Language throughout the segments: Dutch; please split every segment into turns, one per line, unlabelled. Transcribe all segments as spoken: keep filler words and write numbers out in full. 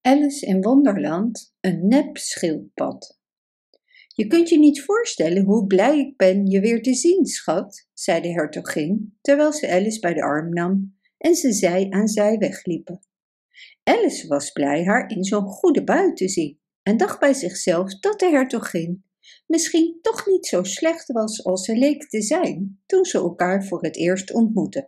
Alice in Wonderland, een nep schildpad. Je kunt je niet voorstellen hoe blij ik ben je weer te zien, schat, zei de hertogin, terwijl ze Alice bij de arm nam en ze zij aan zij wegliepen. Alice was blij haar in zo'n goede bui te zien en dacht bij zichzelf dat de hertogin misschien toch niet zo slecht was als ze leek te zijn toen ze elkaar voor het eerst ontmoetten.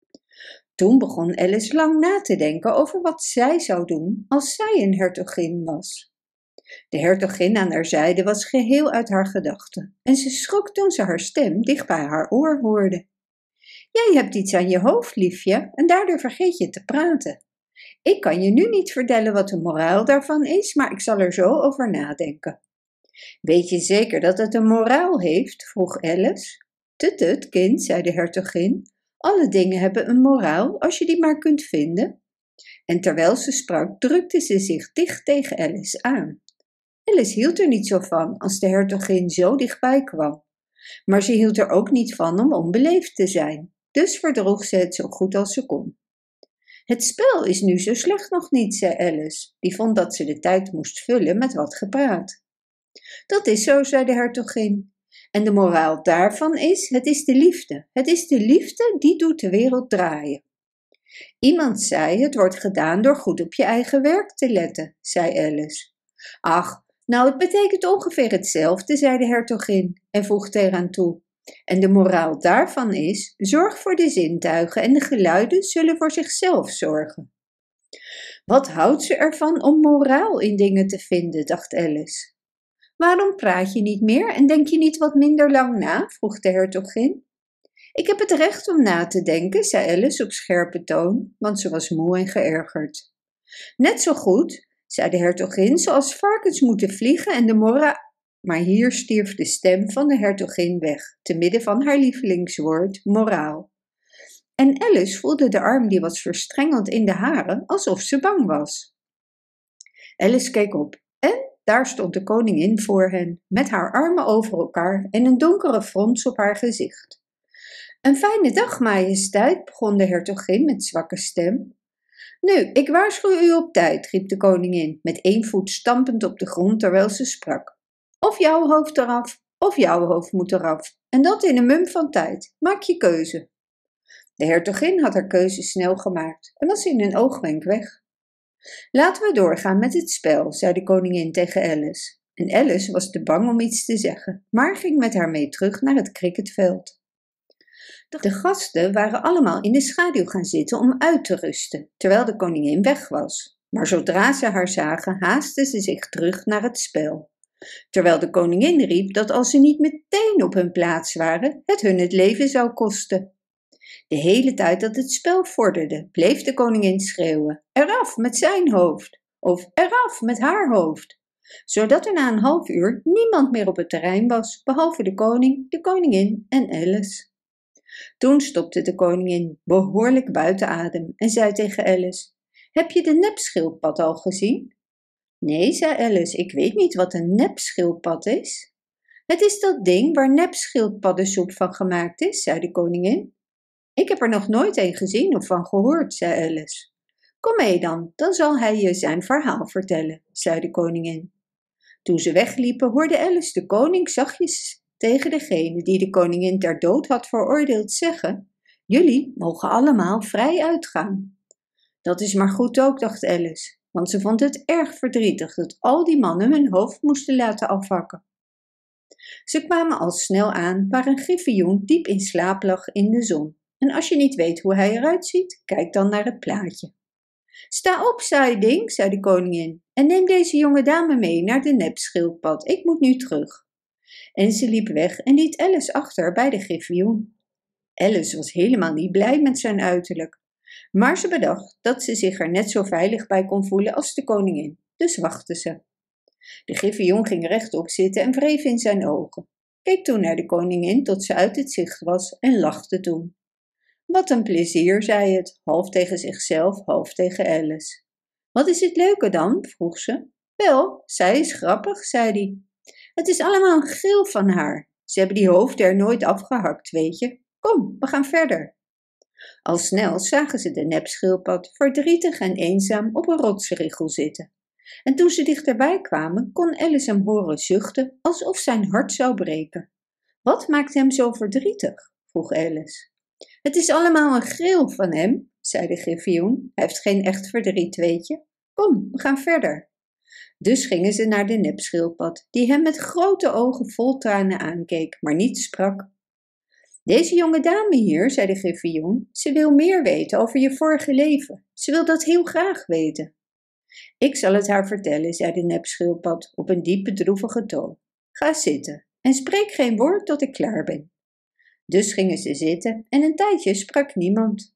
Toen begon Alice lang na te denken over wat zij zou doen als zij een hertogin was. De hertogin aan haar zijde was geheel uit haar gedachten en ze schrok toen ze haar stem dicht bij haar oor hoorde. Jij hebt iets aan je hoofd, liefje, en daardoor vergeet je te praten. Ik kan je nu niet vertellen wat de moraal daarvan is, maar ik zal er zo over nadenken. Weet je zeker dat het een moraal heeft? Vroeg Alice. Tut, tut, kind, zei de hertogin. Alle dingen hebben een moraal als je die maar kunt vinden. En terwijl ze sprak, drukte ze zich dicht tegen Alice aan. Alice hield er niet zo van als de hertogin zo dichtbij kwam. Maar ze hield er ook niet van om onbeleefd te zijn, dus verdroeg ze het zo goed als ze kon. Het spel is nu zo slecht nog niet, zei Alice, die vond dat ze de tijd moest vullen met wat gepraat. Dat is zo, zei de hertogin. En de moraal daarvan is, het is de liefde. Het is de liefde die doet de wereld draaien. Iemand zei, het wordt gedaan door goed op je eigen werk te letten, zei Alice. Ach, nou, het betekent ongeveer hetzelfde, zei de hertogin en voegde eraan toe. En de moraal daarvan is, zorg voor de zintuigen en de geluiden zullen voor zichzelf zorgen. Wat houdt ze ervan om moraal in dingen te vinden, dacht Alice. Waarom praat je niet meer en denk je niet wat minder lang na, vroeg de hertogin. Ik heb het recht om na te denken, zei Alice op scherpe toon, want ze was moe en geërgerd. Net zo goed, zei de hertogin, zoals varkens moeten vliegen en de mora... Maar hier stierf de stem van de hertogin weg, te midden van haar lievelingswoord, moraal. En Alice voelde de arm die was verstrengeld in de hare, alsof ze bang was. Alice keek op en daar stond de koningin voor hen, met haar armen over elkaar en een donkere frons op haar gezicht. Een fijne dag, majesteit, begon de hertogin met zwakke stem. Nu, ik waarschuw u op tijd, riep de koningin, met één voet stampend op de grond terwijl ze sprak. Of jouw hoofd eraf, of jouw hoofd moet eraf, en dat in een mum van tijd. Maak je keuze. De hertogin had haar keuze snel gemaakt en was in een oogwenk weg. Laten we doorgaan met het spel, zei de koningin tegen Alice. En Alice was te bang om iets te zeggen, maar ging met haar mee terug naar het cricketveld. De gasten waren allemaal in de schaduw gaan zitten om uit te rusten, terwijl de koningin weg was. Maar zodra ze haar zagen, haastten ze zich terug naar het spel. Terwijl de koningin riep dat als ze niet meteen op hun plaats waren, het hun het leven zou kosten. De hele tijd dat het spel vorderde, bleef de koningin schreeuwen, eraf met zijn hoofd, of eraf met haar hoofd, zodat er na een half uur niemand meer op het terrein was, behalve de koning, de koningin en Alice. Toen stopte de koningin behoorlijk buiten adem en zei tegen Alice, heb je de nepschildpad al gezien? Nee, zei Alice, ik weet niet wat een nepschildpad is. Het is dat ding waar nepschildpaddensoep van gemaakt is, zei de koningin. Ik heb er nog nooit een gezien of van gehoord, zei Alice. Kom mee dan, dan zal hij je zijn verhaal vertellen, zei de koningin. Toen ze wegliepen, hoorde Alice de koning zachtjes tegen degene die de koningin ter dood had veroordeeld zeggen, jullie mogen allemaal vrij uitgaan. Dat is maar goed ook, dacht Alice. Want ze vond het erg verdrietig dat al die mannen hun hoofd moesten laten afhakken. Ze kwamen al snel aan waar een griffioen diep in slaap lag in de zon. En als je niet weet hoe hij eruit ziet, kijk dan naar het plaatje. Sta op, saai ding, zei de koningin, en neem deze jonge dame mee naar de nepschildpad. Ik moet nu terug. En ze liep weg en liet Alice achter bij de griffioen. Alice was helemaal niet blij met zijn uiterlijk. Maar ze bedacht dat ze zich er net zo veilig bij kon voelen als de koningin, dus wachtte ze. De griffioen ging rechtop zitten en wreef in zijn ogen, keek toen naar de koningin tot ze uit het zicht was en lachte toen. Wat een plezier, zei het, half tegen zichzelf, half tegen Alice. Wat is het leuke dan? Vroeg ze. Wel, zij is grappig, zei hij. Het is allemaal een gril van haar. Ze hebben die hoofden er nooit afgehakt, weet je. Kom, we gaan verder. Al snel zagen ze de nepschildpad verdrietig en eenzaam op een rotsriegel zitten. En toen ze dichterbij kwamen, kon Alice hem horen zuchten alsof zijn hart zou breken. Wat maakt hem zo verdrietig? Vroeg Alice. Het is allemaal een gril van hem, zei de griffioen. Hij heeft geen echt verdriet, weet je. Kom, we gaan verder. Dus gingen ze naar de nepschildpad, die hem met grote ogen vol tranen aankeek, maar niet sprak. Deze jonge dame hier, zei de griffioen, ze wil meer weten over je vorige leven. Ze wil dat heel graag weten. Ik zal het haar vertellen, zei de nepschildpad op een diepe droevige toon. Ga zitten en spreek geen woord tot ik klaar ben. Dus gingen ze zitten en een tijdje sprak niemand.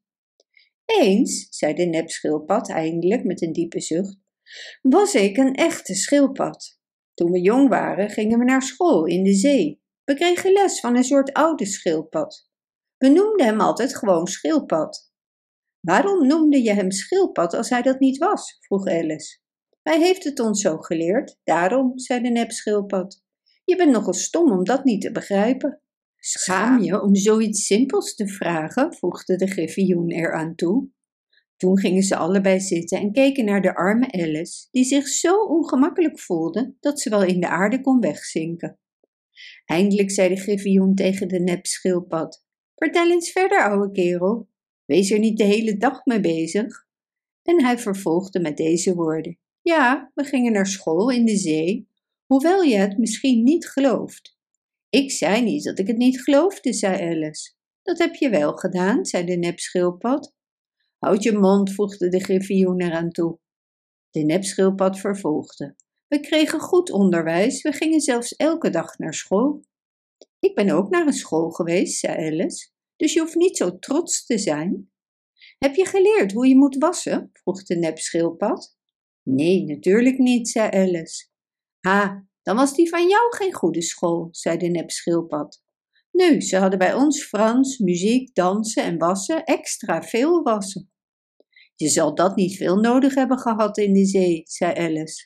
Eens, zei de nepschildpad eindelijk met een diepe zucht, was ik een echte schildpad. Toen we jong waren, gingen we naar school in de zee. We kregen les van een soort oude schildpad. We noemden hem altijd gewoon schildpad. Waarom noemde je hem schildpad als hij dat niet was? Vroeg Alice. Hij heeft het ons zo geleerd, daarom, zei de nepschildpad. Je bent nogal stom om dat niet te begrijpen. Schaam je om zoiets simpels te vragen? Voegde de griffioen eraan toe. Toen gingen ze allebei zitten en keken naar de arme Alice, die zich zo ongemakkelijk voelde dat ze wel in de aarde kon wegzinken. Eindelijk zei de griffioen tegen de nepschildpad: Vertel eens verder, ouwe kerel. Wees er niet de hele dag mee bezig. En hij vervolgde met deze woorden: Ja, we gingen naar school in de zee, hoewel je het misschien niet gelooft. Ik zei niet dat ik het niet geloofde, zei Alice. Dat heb je wel gedaan, zei de nepschildpad. Houd je mond, voegde de griffioen eraan toe. De nepschildpad vervolgde. We kregen goed onderwijs, we gingen zelfs elke dag naar school. Ik ben ook naar een school geweest, zei Alice, dus je hoeft niet zo trots te zijn. Heb je geleerd hoe je moet wassen? Vroeg de nepschildpad. Nee, natuurlijk niet, zei Alice. Ah, dan was die van jou geen goede school, zei de nepschildpad. Nu, ze hadden bij ons Frans, muziek, dansen en wassen, extra veel wassen. Je zal dat niet veel nodig hebben gehad in de zee, zei Alice.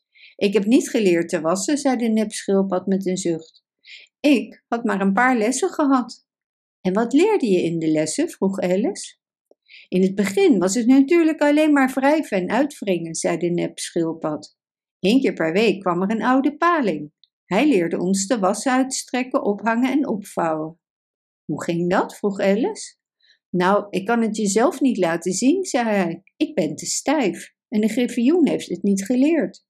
Ik heb niet geleerd te wassen, zei de nepschildpad met een zucht. Ik had maar een paar lessen gehad. En wat leerde je in de lessen? Vroeg Alice. In het begin was het natuurlijk alleen maar wrijven en uitwringen, zei de nepschildpad. Eén keer per week kwam er een oude paling. Hij leerde ons de was uitstrekken, ophangen en opvouwen. Hoe ging dat? Vroeg Alice. Nou, ik kan het je zelf niet laten zien, zei hij. Ik ben te stijf en de griffioen heeft het niet geleerd.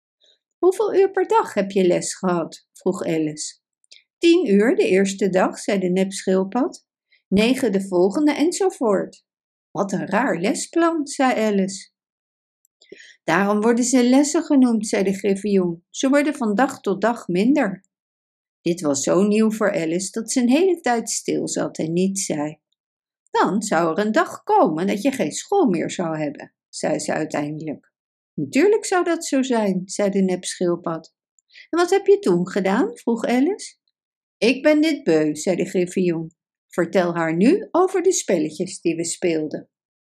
Hoeveel uur per dag heb je les gehad? Vroeg Alice. Tien uur de eerste dag, zei de nepschildpad. Negen de volgende enzovoort. Wat een raar lesplan, zei Alice. Daarom worden ze lessen genoemd, zei de griffioen. Ze worden van dag tot dag minder. Dit was zo nieuw voor Alice dat ze een hele tijd stil zat en niets zei. Dan zou er een dag komen dat je geen school meer zou hebben, zei ze uiteindelijk. Natuurlijk zou dat zo zijn, zei de nepschildpad. En wat heb je toen gedaan? Vroeg Alice. Ik ben dit beu, zei de griffioen. Vertel haar nu over de spelletjes die we speelden.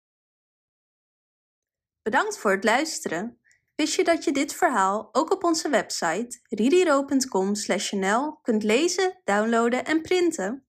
Bedankt voor het luisteren. Wist je dat je dit verhaal ook op onze website ririro punt com slash n l kunt lezen, downloaden en printen?